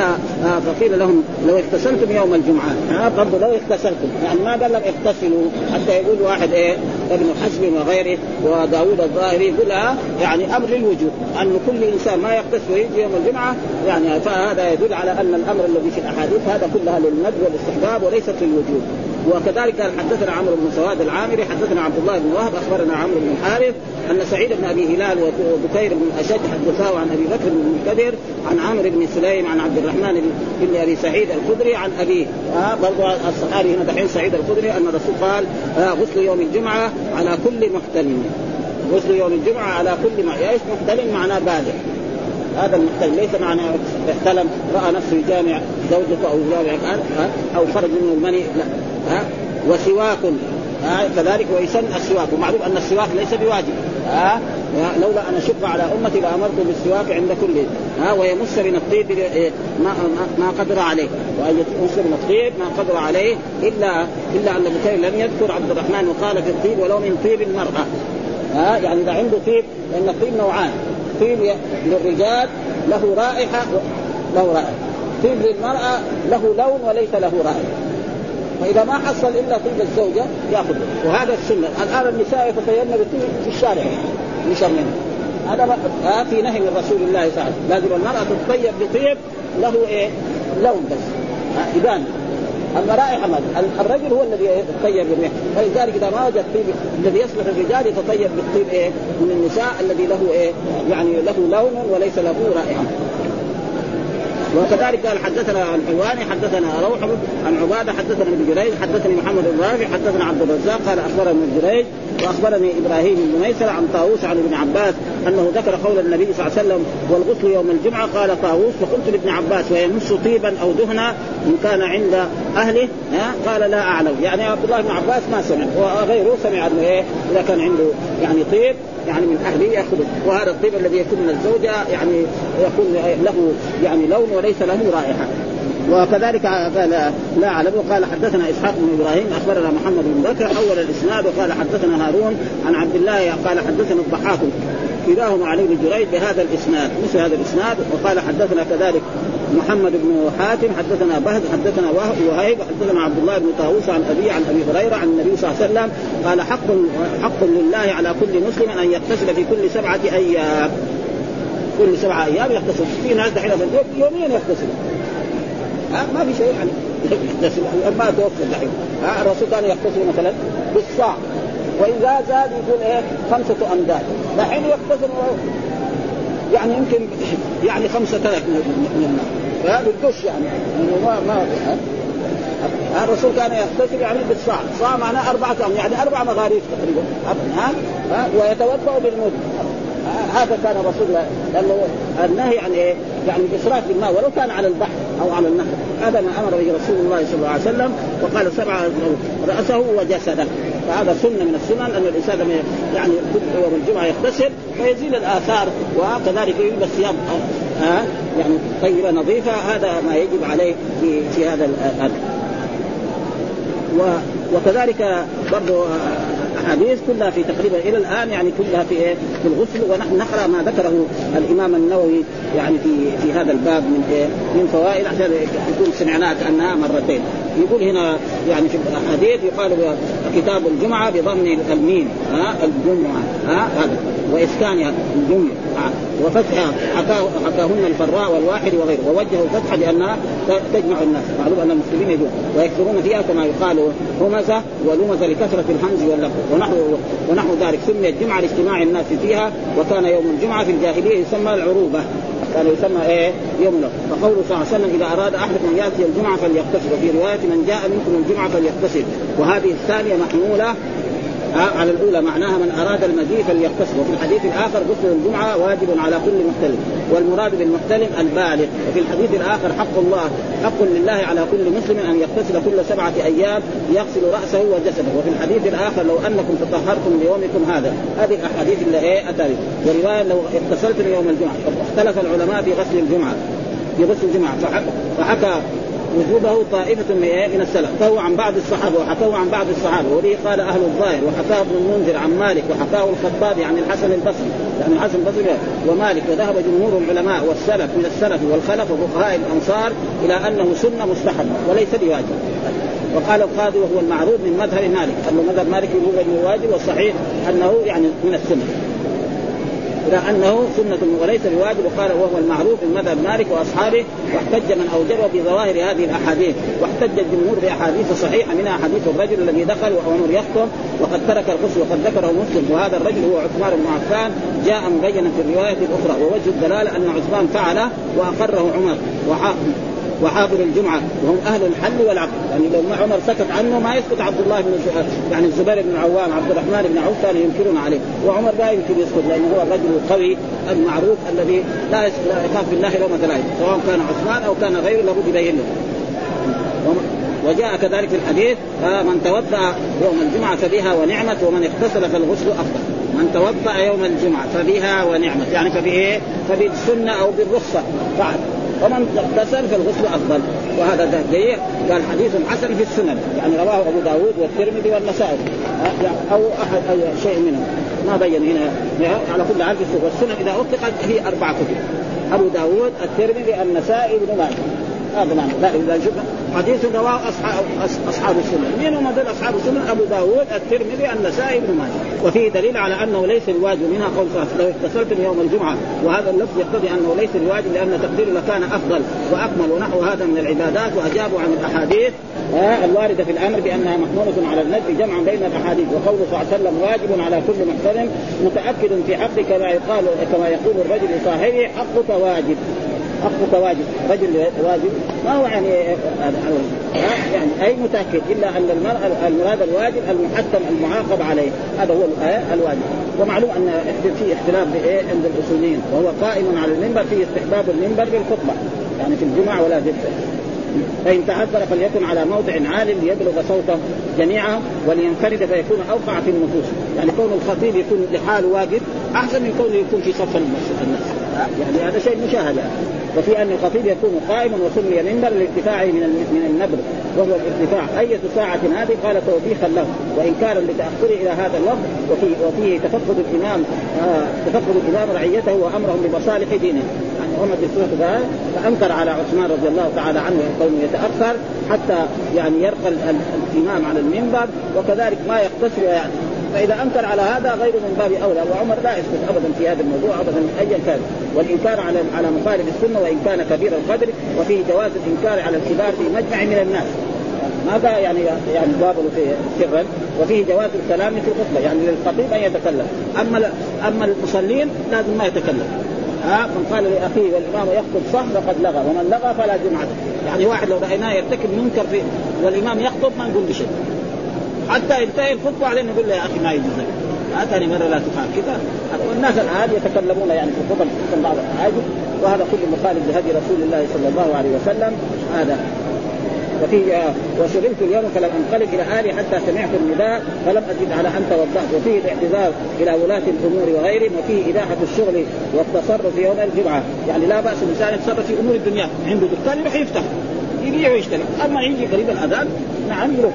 فقيل لهم لو اغتسلتم يوم الجمعة برضو لو اغتسلتم يعني ما قال لهم اغتسلوا حتى يقول واحد إيه ابن حزم وغيره وداود الظاهري يقولها يعني أمر للوجوب أن كل إنسان ما يغتسل ويجي يوم الجمعة يعني فهذا يدل على أن الأمر الذي في الأحاديث هذا كلها للندب والاستحباب وليست للوجوب. وكذلك قال حدثنا عمرو بن سواد العامري حدثنا عبد الله بن وهب أخبرنا عمرو بن الحارث أن سعيد بن أبي هلال وبكير بن أشد حدثاه عن أبي بكر بن المنكدر عن عمرو بن سليم عن عبد الرحمن بن أبي سعيد الخدري عن أبيه آه برضو الصحابي هنا دحين سعيد الخدري أن الرسول قال آه غسل يوم الجمعة على كل محتلم غسل يوم الجمعة على كل ما ايش محتلم معناه بالغ. هذا المحتلم ليس معنى احتلم رأى نفسه يجامع زوجته أو يجامع أو خرج منه المني لا ها. وسواك ها كذلك ويسن السواك ومعروف أن السواك ليس بواجب ها لولا أن أشق على أمتي لأمرت بالسواك عند كل ها ويمس من الطيب ما ما قدر عليه وأن يمس من الطيب ما قدر عليه إلا إلا أن بكير لم يذكر عبد الرحمن وقال في الطيب ولو من طيب المرأة ها يعني إذا عنده طيب لأن الطيب نوعان طيب للرجال له رائحة له رائحة طيب للمرأة له لون وليس له رائحة فإذا ما حصل إلا طيب الزوجة يأخذه. وهذا السنة الآن النساء يتطيبن بالطيب في الشارع يشمن هذا آه في نهي من رسول الله صلى الله عليه وسلم لازم المرأة تتطيب بطيب له إيه لون بس آه إبان أما رائحة ماذا الرجل هو الذي يتطيب بالماء فلذلك إذا ما وجد الطيب الذي يصلح الرجال يتطيب بالطيب إيه من النساء الذي له إيه يعني له لون وليس له رائحة. وكذلك قال حدثنا عن حلواني حدثنا روح عن عبادة حدثنا ابن جريج حدثني محمد بن رافع حدثنا عبد الرزاق قال أخبرني ابن جريج وأخبرني إبراهيم بن ميسر عن طاووس عن ابن عباس أنه ذكر قول النبي صلى الله عليه وسلم والغسل يوم الجمعة قال طاووس فقلت لابن عباس ويمس طيبا أو دهنا إن كان عند أهله ها قال لا أعلم يعني عبد الله بن عباس ما سمع وغيره سمع أنه إيه إذا كان عنده يعني طيب يعني من أهله يأخذه وهذا الطيب الذي يكون من الزوجة يعني يكون له يعني لون وليس له رائحة. وكذلك قال لا أعلم. قال حدثنا إسحاق بن إبراهيم أخبرنا محمد بن بكر أول الإسناد وقال حدثنا هارون عن عبد الله قال حدثنا الضحاك كلاهما عن ابن جريج بهذا الإسناد مثل هذا الإسناد. وقال حدثنا كذلك محمد بن حاتم حدثنا بهز حدثنا وهيب حدثنا عبد الله بن طاووس عن أبي عن أبي هريرة عن النبي صلى الله عليه وسلم قال حق حق لله على كل مسلم أن يغتسل في كل سبعة أيام. كل سبعة أيام يغتسل. في ناس دحين يوميا يغتسل ما في شيء يعني يغتسل ما توفى دحين. الرسول كان يغتسل مثلا بالصاع وإذا زاد يقول إيه خمسة أمداد دحين يغتسل يعني يمكن يعني خمسة آلاف من الماء فهذا الدش يعني ما ما الرسول كان يغتسل يعني بالصاع. صاع معناه أربعة أم يعني أربع مغاريف تقريبا ها ها ويتوضأ بالمد. هذا كان الرسول لأنه النهي عن إيه يعني الإسراف بالماء ولو كان على البحر أو على النهر. هذا ما أمر به رسول الله صلى الله عليه وسلم. وقال سبع رأسه وجسده. فهذا سنة من السنن أن الإنسان يعني يوم الجمعة يغتسل ويزيل الآثار وكذلك يلبس ثياب ها يعني طيبة نظيفة. هذا ما يجب عليه في في هذا الأمر. وكذلك برضو أحاديث كلها في تقريبا إلى الآن يعني كلها في إيه في الغسل. ونحن نقرأ ما ذكره الإمام النووي يعني في في هذا الباب من إيه من فوائد عشان يكون سمعناها كأنها مرتين. يقول هنا يعني في الأحاديث يقال كتاب الجمعة بضم الميم ها الجمعة ها هذا وإسكانها الجمعة وفتحها حكاه حكاهن الفراء والواحد وغيره ووجهه فتحة لأنها تجمع الناس. معلوم أن المسلمين يجون ويكثرون فيها كما يقال همزة ولمزة لكثرة الهمز واللفظ ونحو ونحو ذلك. سميت الجمعة لاجتماع الناس فيها وكان يوم الجمعة في الجاهلية يسمى العروبة كان يسمى إيه يوم له. فقوله صلى الله عليه وسلم إذا أراد أحدكم أن يأتي الجمعة فليغتسل. وفي رواية من جاء منكم الجمعة فليغتسل. وهذه الثانية محمولة على الأولى معناها من أراد المجيء فليغتسل. وفي الحديث الآخر غسل الجمعة واجب على كل محتلم والمراد بالمحتلم البالغ. وفي الحديث الآخر حق الله حق لله على كل مسلم أن يغتسل كل سبعة أيام يغسل رأسه وجسده. وفي الحديث الآخر لو أنكم تطهرتم ليومكم هذا. هذه الأحاديث اللي إيه أتاري. ورواية لو اغتسلتم يوم الجمعة. اختلف العلماء في غسل الجمعة في غسل الجمعة فحكى وجوبه طائفة من السلف فهو عن بعض الصحابة وحكاه عن بعض الصحابة. وله قال أهل الظاهر وحكاه ابن المنذر عن مالك وحكاه الخطابي عن الحسن البصري لأن يعني الحسن البصري ومالك. وذهب جمهور العلماء والسلف من السلف والخلف وفقهاء الأنصار إلى أنه سنة مستحبة وليس بواجب. وقال القاضي وهو المعروف من مذهب مالك أنه مذهب مالك هو الواجب والصحيح أنه يعني من السنة إلى أنه سنة وليس بواجب. وقال وهو المعروف من مذهب مالك وأصحابه. واحتج من أوجبه بظواهر هذه الأحاديث. واحتج الجمهور بأحاديث صحيحة منها حديث الرجل الذي دخل وعمر يخطب وقد ترك الغسل وقد ذكره مسلم. وهذا الرجل هو عثمان بن عفان جاء مبينا في الرواية الأخرى. ووجه الدلالة أن عثمان فعله وأقره عمر وحاضر الجمعة وهم أهل الحل والعقد. يعني لو ما عمر سكت عنه ما يسكت عبد الله بن يعني الزبير بن العوام عبد الرحمن بن عوف كانوا ينكرون عليه وعمر لا يمكن يسكت لأنه هو الرجل القوي المعروف الذي لا يخاف بالله لومة لائم سواء كان عثمان أو كان غيره لابد يبين له. وجاء كذلك في الحديث من توضأ يوم الجمعة فبها ونعمت ومن اغتسل فالغسل أفضل. من توضأ يوم الجمعة فبها ونعمت يعني فبإيه فبالسنة أو بالرخصة بعد. ومن اغتسل فالغسل أفضل. وهذا دليل قال حديث حسن في السنن يعني رواه أبو داود والترمذي والنسائي أو أحد أي شيء منهم ما بين هنا على كل عرض. والسنن إذا أطلقت هي أربعة كتب أبو داود الترمذي النسائي بن ماجه. هذا معنى لا إذا شفنا حديث رواه أصحاب أصحاب السنن. مين هم دول أصحاب السنن؟ أبو داود الترمذي النسائي بن ماجه. وفيه دليل على أنه ليس الواجب منها قول لو اغتسلتم يوم الجمعة. وهذا اللفظ يقتضي أنه ليس الواجب لأن تقدير لكان أفضل وأكمل ونحو هذا من العبادات. وأجابوا عن الأحاديث الواردة في الأمر بأنها محمولة على الندب جمعا بين الأحاديث. وقوله صلى الله عليه وسلم واجب على كل محترم متأكد في حقه كما يقال كما يقول الرجل لصاحبه حقك واجب. حقك واجب رجل واجب ما هو يعني يعني أي متأكد إلا أن المراد الواجب المحتم المعاقب عليه هذا هو الواجب. ومعلوم أن في اختلاف عند الأصوليين وهو قائم على المنبر في استحباب المنبر بالخطبة يعني في الجمعة ولا جدة. فإن تعذر فليكن على موضع عال ليبلغ صوته جميعا ولينفرد فيكون أوقع في النفوس. يعني كون الخطيب يكون لحاله واجب أحسن من كونه يكون في صف الناس يعني هذا شيء مشاهد يعني. وفي أن الخطيب يكون قائما وسمي منبر لارتفاعه من من النبر وهو الارتفاع أي ساعة هذه قال توبيخا له وإنكارا لتأخره إلى هذا الوقت. وفي وفيه تفقد الإمام آه تفقد الإمام رعيته وأمرهم بمصالح دينه. يعني عمر بن الخطاب فأنكر على عثمان رضي الله تعالى عنه كونه يتأخر حتى يعني يرقى الإمام على المنبر وكذلك ما يقتصر يعني. فإذا أنكر على هذا غير من باب أولى وعمر لا يسكت أبدا في هذا الموضوع أبدا أيا كان. والإنكار على على مخالف السنة وإن كان كبير القدر وفيه جواز الإنكار على الكبار في مجمع من الناس ماذا يعني يعني باب في سرا. وفيه جواز الكلام في الخطبة يعني للخطيب أن يتكلم. أما أما المصلين لازم ما يتكلم. ها من قال لأخيه والإمام يخطب صح فقد لغى ومن لغى فلا جمعة. يعني واحد لو رأيناه يرتكب منكر في والإمام يخطب ما نقول بشيء حتى ينتهي الخطبة عليه نقول له يا أخي ما يجوز لك هاتني مرة لا تفعل كذا. والناس الآن يتكلمون يعني في الخطب في بعض الأحاديث وهذا كله مخالف لهدي رسول الله صلى الله عليه وسلم. هذا وفي وشغلت اليوم فلم انقلب الى اهلي حتى سمعت النداء فلم ازد على ان توضأت. وفيه الاعتذار الى ولاة الامور وغيرهم. وفيه اباحة الشغل والتصرف يوم الجمعة يعني لا باس الانسان يتصرف في امور الدنيا عنده دكان يروح يفتح يبيع ويشتري. اما يجي قريب الاذان نعم يروح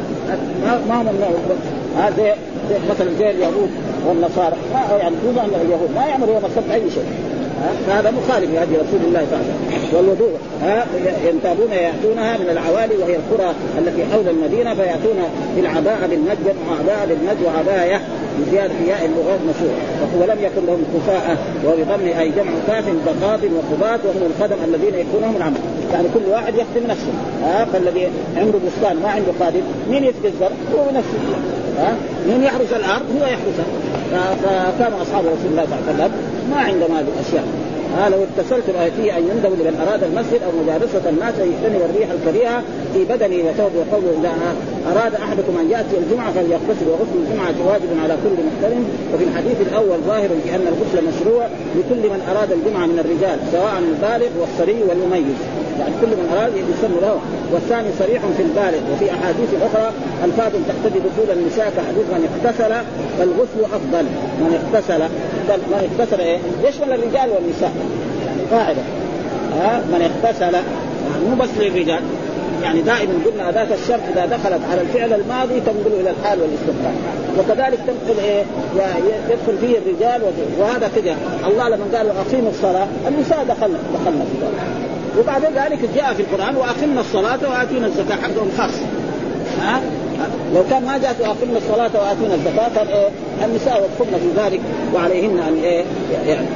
ما ما ممنوع. هذا مثلا زي اليهود والنصارى يعني جزء من اليهود ما يعملوا يوم السبت اي شيء. هذا مخالف لهدي رسول الله صلى الله عليه وسلم. والوضوء ينتابون يأتونها من العوالي وهي القرى التي حول المدينة فيأتون بالعباءة بالنجد وعباءة بالنجد وعباية بزيادة ياء اللغات مشهور. ولم يكن لهم كفاءة وبضم أي جمع كاف بقاط وقبات وهم الخدم الذين يكونهم العمل. يعني كل واحد يخدم نفسه. ها فالذي عنده بستان ما عنده خادم مين يسقي الزرع هو نفسه. ها مين يحرس الأرض هو يحرسها. فكان أصحاب رسول الله صلى الله عليه وسلم ما عندهم هذه الأشياء. ها لو اتصلت فيه أن يندب لمن أراد المسجد أو مجالسة الناس يجتنب الريح الكريهة في بدنه وثوب وقوله إذا أراد أحدكم أن يأتي الجمعة فليغتسل وغسل الجمعة واجب على كل محترم. وفي الحديث الأول ظاهر في أن الغسل مشروع لكل من أراد الجمعة من الرجال سواء البالغ والصبي والمميز يعني كل من أراد يسن له. والثاني صريح في البالغ. وفي أحاديث أخرى ألفاظ تقتضي دخول النساء كحديث من اغتسل فالغسل أفضل. من اغتسل من اغتسل إيه يشمل الرجال والنساء يعني قاعدة. ها من اغتسل يعني مو بس للرجال يعني دائما قلنا ذات الشرط إذا دخلت على الفعل الماضي تنقل إلى الحال والاستقبال وكذلك تنقل إيه يدخل فيه الرجال. وهذا كده الله لما قال أقيموا الصلاة النساء دخلنا دخلنا في ذلك. وبعد ذلك جاء في القرآن وأقمنا الصلاة وآتينا الزكاة حقهم خاص. ها لو كان ما جاءت وأقمنا الصلاة وآتينا الزكاة كان إيه النساء يدخلن في ذلك وعليهن أن إيه يعني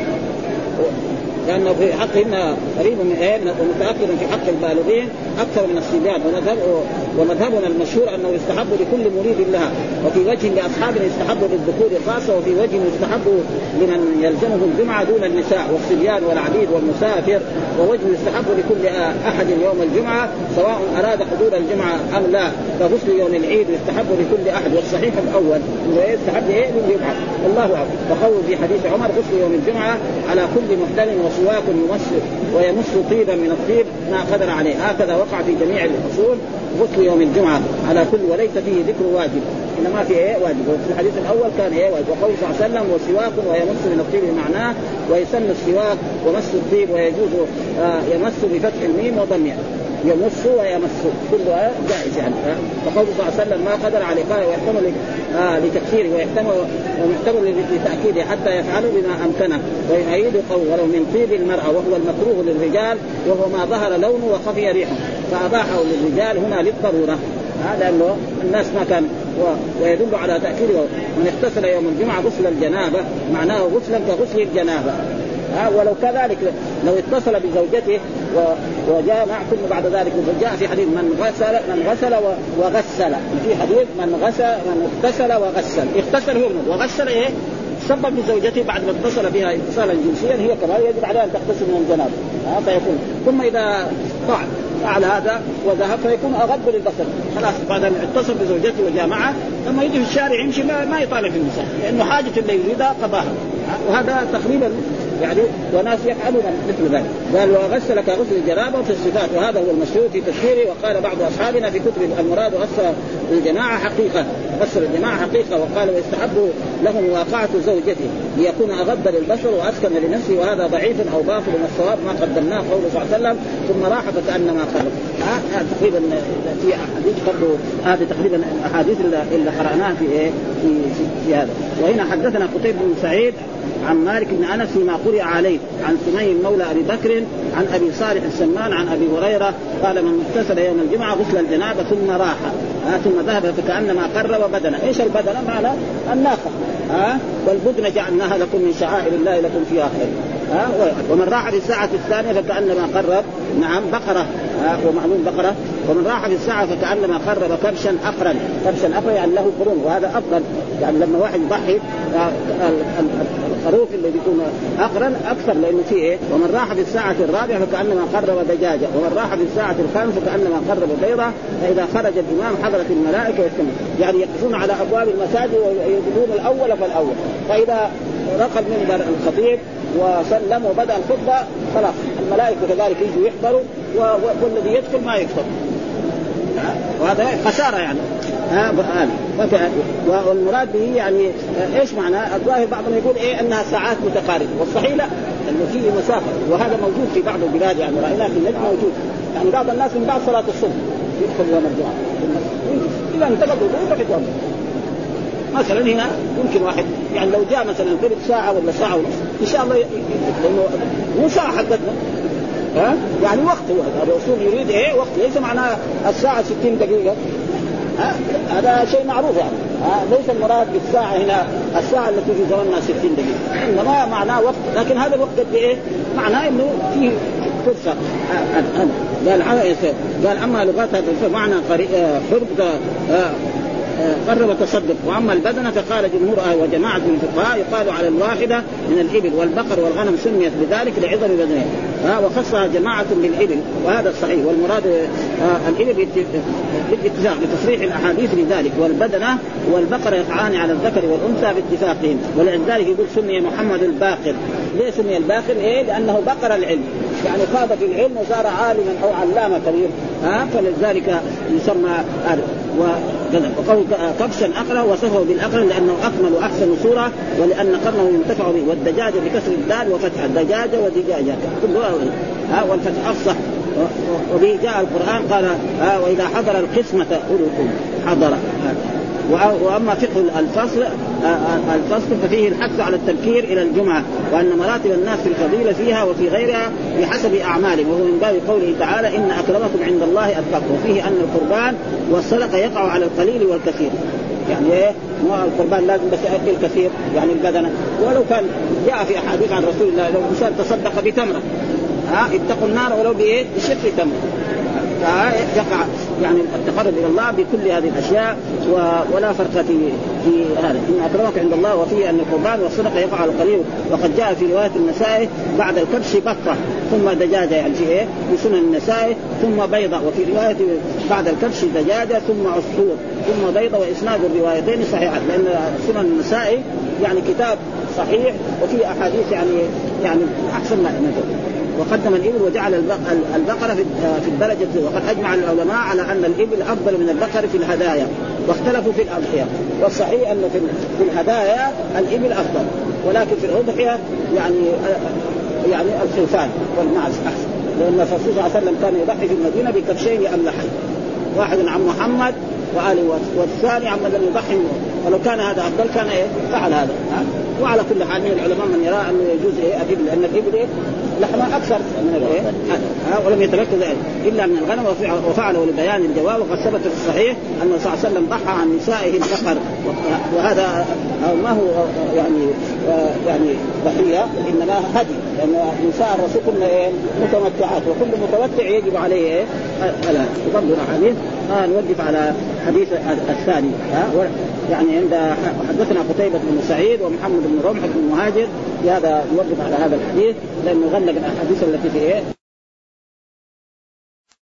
لأنه في حقهن قريب من إيه ومتأكد في حق البالغين أكثر من الصبيان. ومذهب ومذهبنا المشهور أنه يستحب لكل مريد لها. وفي وجه لأصحابنا يستحب للذكور خاصة وفي وجه يستحب لمن يلزمه الجمعة دون النساء والصبيان والعبيد والمسافر. ووجه يستحب لكل أحد يوم الجمعة سواء أراد حضور الجمعة أم لا. فغسل يوم العيد يستحب لكل أحد. والصحيح الأول يستحب إيه للجمعة الله أعلم. وقول في حديث عمر غسل يوم الجمعة على كل محتل وسواك يمس ويمس طيبا من الطيب ما قدر عليه. هكذا وقع في جميع الأصول غسل يوم الجمعة على كل وليس فيه ذكر واجب إنما في إيه واجب. وفي الحديث الأول كان إيه واجب. وقول صلى الله عليه وسلم وسواك ويمس من الطيب معناه ويسن السواك ومس الطيب ويجوز آه يمس بفتح الميم وضمها يمس ويمس كلها جائز يعني. فقول صلى الله عليه وسلم ما قدر عليه قال ويحتمل آه لتكثيره ويحتمل ومحتمل لتأكيده حتى يفعلوا بما أمكنه. ويؤيد قول ولو من طيب المرأة وهو المكروه للرجال وهو ما ظهر لونه وخفي ريحه فأباحه للرجال هنا للضرورة. هذا أنه الناس ما كان ويدل على تأكيده. من اغتسل يوم الجمعة غسل الجنابة معناه غسلا كغسل الجنابة. ها ولو كذلك لو اتصل بزوجته وجاء مع ثم بعد ذلك جاء في حديث من غسل من غسل وغسل في حديث من غسل من اغتسل وغسل اغتسل هو وغسل ايه سبب لزوجته بعد ما اتصل بها اتصالا جنسيا هي كمان يجب عليها ان تغتسل من الجنابه. ها فيكون ثم اذا فعل فعل هذا وذهب فيكون اغض للبصر خلاص بعد ان اتصل بزوجته وجامعها لما يجي في الشارع يمشي ما, ما يطالع في النساء لانه حاجه اللي يريدها قضاها. وهذا تقريبا يعني وناس يفعلون مثل ذلك. قال وغسل كغسل الجنابة في الصفات، وهذا هو المشهور في تفسيره. وقال بعض أصحابنا في كتب المراد غسل الجماعة حقيقة، غسل الجماعة حقيقة. وقال ويستحب له مواقعة زوجته ليكون أغض للبصر وأسكن لنفسه، وهذا ضعيف أو باطل من الصواب ما قدمناه قوله صلى الله عليه وسلم ثم راح فكأنما قرب. هذا تقريبا في أحاديث برضو، هذه تقريبا أحاديث اللي قرأناها في إيه في, في, في هذا. وهنا حدثنا قتيبة بن سعيد عن مالك بن أنس فيما قرئ عليه عن سمي مولى أبي بكر عن أبي صالح السمان عن أبي هريرة قال من اغتسل يوم الجمعة غسل الجنابة ثم راح آه ثم ذهب فكأنما قرب بدنه. إيش البدنة؟ معنى الناقة آه والبدن جعلناها لكم من شعائر الله لكم فيها خير. آه ومن راح في الساعة الثانية فكأنما قرب نعم بقرة آه ومعلوم بقرة. ومن راح في الساعة فكأنما قرب كبشا أقرن. كبشا أقرن يعني له قرون، وهذا أفضل. يعني لما واحد يضحي آه الخروف اللي بيكون أقرن أكثر لأنه فيه إيه. ومن راح في الساعة الرابعة فكأنما قرب دجاجة. ومن راح في الساعة الخامسة فكأنما قرب بيضة. فإذا خرج الإمام حضرت الملائكة يستمعون، يعني يقفون على أبواب المساجد ويجدون الأول فالأول. فإذا رقى المنبر الخطيب وسلم وبدأ الخطبة خلاص الملائكة كذلك يجوا يحضروا، والذي يدخل ما يدخل. وهذا خسارة يعني. ها والمراد به يعني ايش معناه؟ الظاهر بعضهم يقول ايه انها ساعات متقاربه، والصحيح لا، انه فيه مسافه. وهذا موجود في بعض البلاد، يعني رايناه في النجم موجود. يعني بعض الناس من بعد صلاه الصبح يدخل يوم الجمعه اذا انتقد وضوء يدخل. مثلا هنا يمكن واحد يعني لو جاء مثلا قبل ساعه ولا ساعه ونص ان شاء الله لانه مو ساعه حقتنا ها يعني وقت. هو الرسول يريد ايه وقت، ليس معناه الساعه ستين دقيقه ها هذا شيء معروف يعني. ها ليس المراد بالساعه هنا الساعه التي في زماننا ستين دقيقه، انما معناه وقت. لكن هذا الوقت قد ايه؟ معناه انه فيه فرصه. قال قال اما لغتها بمعنى حرب قرب تصدق. واما البدنه فقال جمهور وجماعه من الفقهاء يقال على الواحده من الابل، والبقر والغنم سميت بذلك لعظم بدنها ها وخصها جماعه بالابل، وهذا الصحيح. والمراد آه الابل بالاتفاق بتصريح الاحاديث لذلك. والبدنه والبقر يقعان على الذكر والانثى باتفاقهم. ولذلك يقول سمي محمد الباقر. ليه سمي الباقر؟ ايه؟ لانه بقر العلم، يعني خاض في العلم وصار عالما او علامه كبير ها فلذلك يسمى هذا. وقول كبشا أقرأ وصفه بالأقرأ لأنه أكمل وأحسن صورة، ولأن قرنه ينتفع به. والدجاجة بكسر الدال وفتح الدجاجة ودجاجة كلها ها والفتح أفصح. وبه جاء القرآن قال ها وإذا حضر القسمة أولو حضر. وأما فقه الفصل الفصل ففيه الحث على التبكير إلى الجمعة، وأن مراتب الناس في الفضيلة فيها وفي غيرها بحسب أعمالهم. وهو من باب قوله تعالى إن أكرمكم عند الله أتقاكم. وفيه أن القربان والصدقة يقع على القليل والكثير. يعني إيه؟ ما القربان لازم بس يأكل كثير يعني البدنة. ولو كان جاء في أحاديث عن رسول الله لو إنسان تصدق بتمرة ها اتقوا النار ولو بإيه؟ بشق تمرة. يقع يعني التقرب إلى الله بكل هذه الأشياء ولا فرق في في هذا. إن أكرمك عند الله. وفيه أن القربان والصدقة يقع على القليل. وقد جاء في رواية النسائي بعد الكبش بطة ثم دجاجة يعني في إيه في سنن النسائي ثم بيضة. وفي رواية بعد الكبش دجاجة ثم عصفور ثم بيضة. وإسناد الروايتين صحيحة لأن سنن النسائي يعني كتاب صحيح وفي أحاديث يعني يعني أحسن ما نزل. وقدم الإبل وجعل البقرة في الدرجة. وقد أجمع العلماء على أن الإبل أفضل من البقر في الهدايا، واختلفوا في الأضحية. والصحيح أنه في الهدايا الإبل أفضل، ولكن في الأضحية يعني يعني الخلفان والمعز أحسن. لأن الرسول صلى الله عليه وسلم كان يضحي في المدينة بكبشين أملحين، واحد عن محمد وآله والثاني عن من يضحي. ولو كان هذا أفضل كان إيه فعل هذا. وعلى كل حال من العلماء من يرى أنه يجوز إيه الإبل، لأن الإبل إيه لحمها أكثر من الإيه ها ولم يتركز إلا من الغنم. وفعله لبيان الجواب. وقد ثبت في الصحيح أن صلى الله عليه وسلم ضحى عن نسائه البقر، وهذا ما هو يعني يعني ضحية إنما هدي، لأن نساء الرسول كلنا إيه متمتعات، وكل متمتع يجب عليه إيه ألا يضمن حديث. آه نوقف على حديث الثاني ها يعني عند حدثنا قتيبة بن سعيد ومحمد بن رمح بن مهاجر. هذا نوقف على هذا الحديث لأنه غلق الأحاديث التي في إيه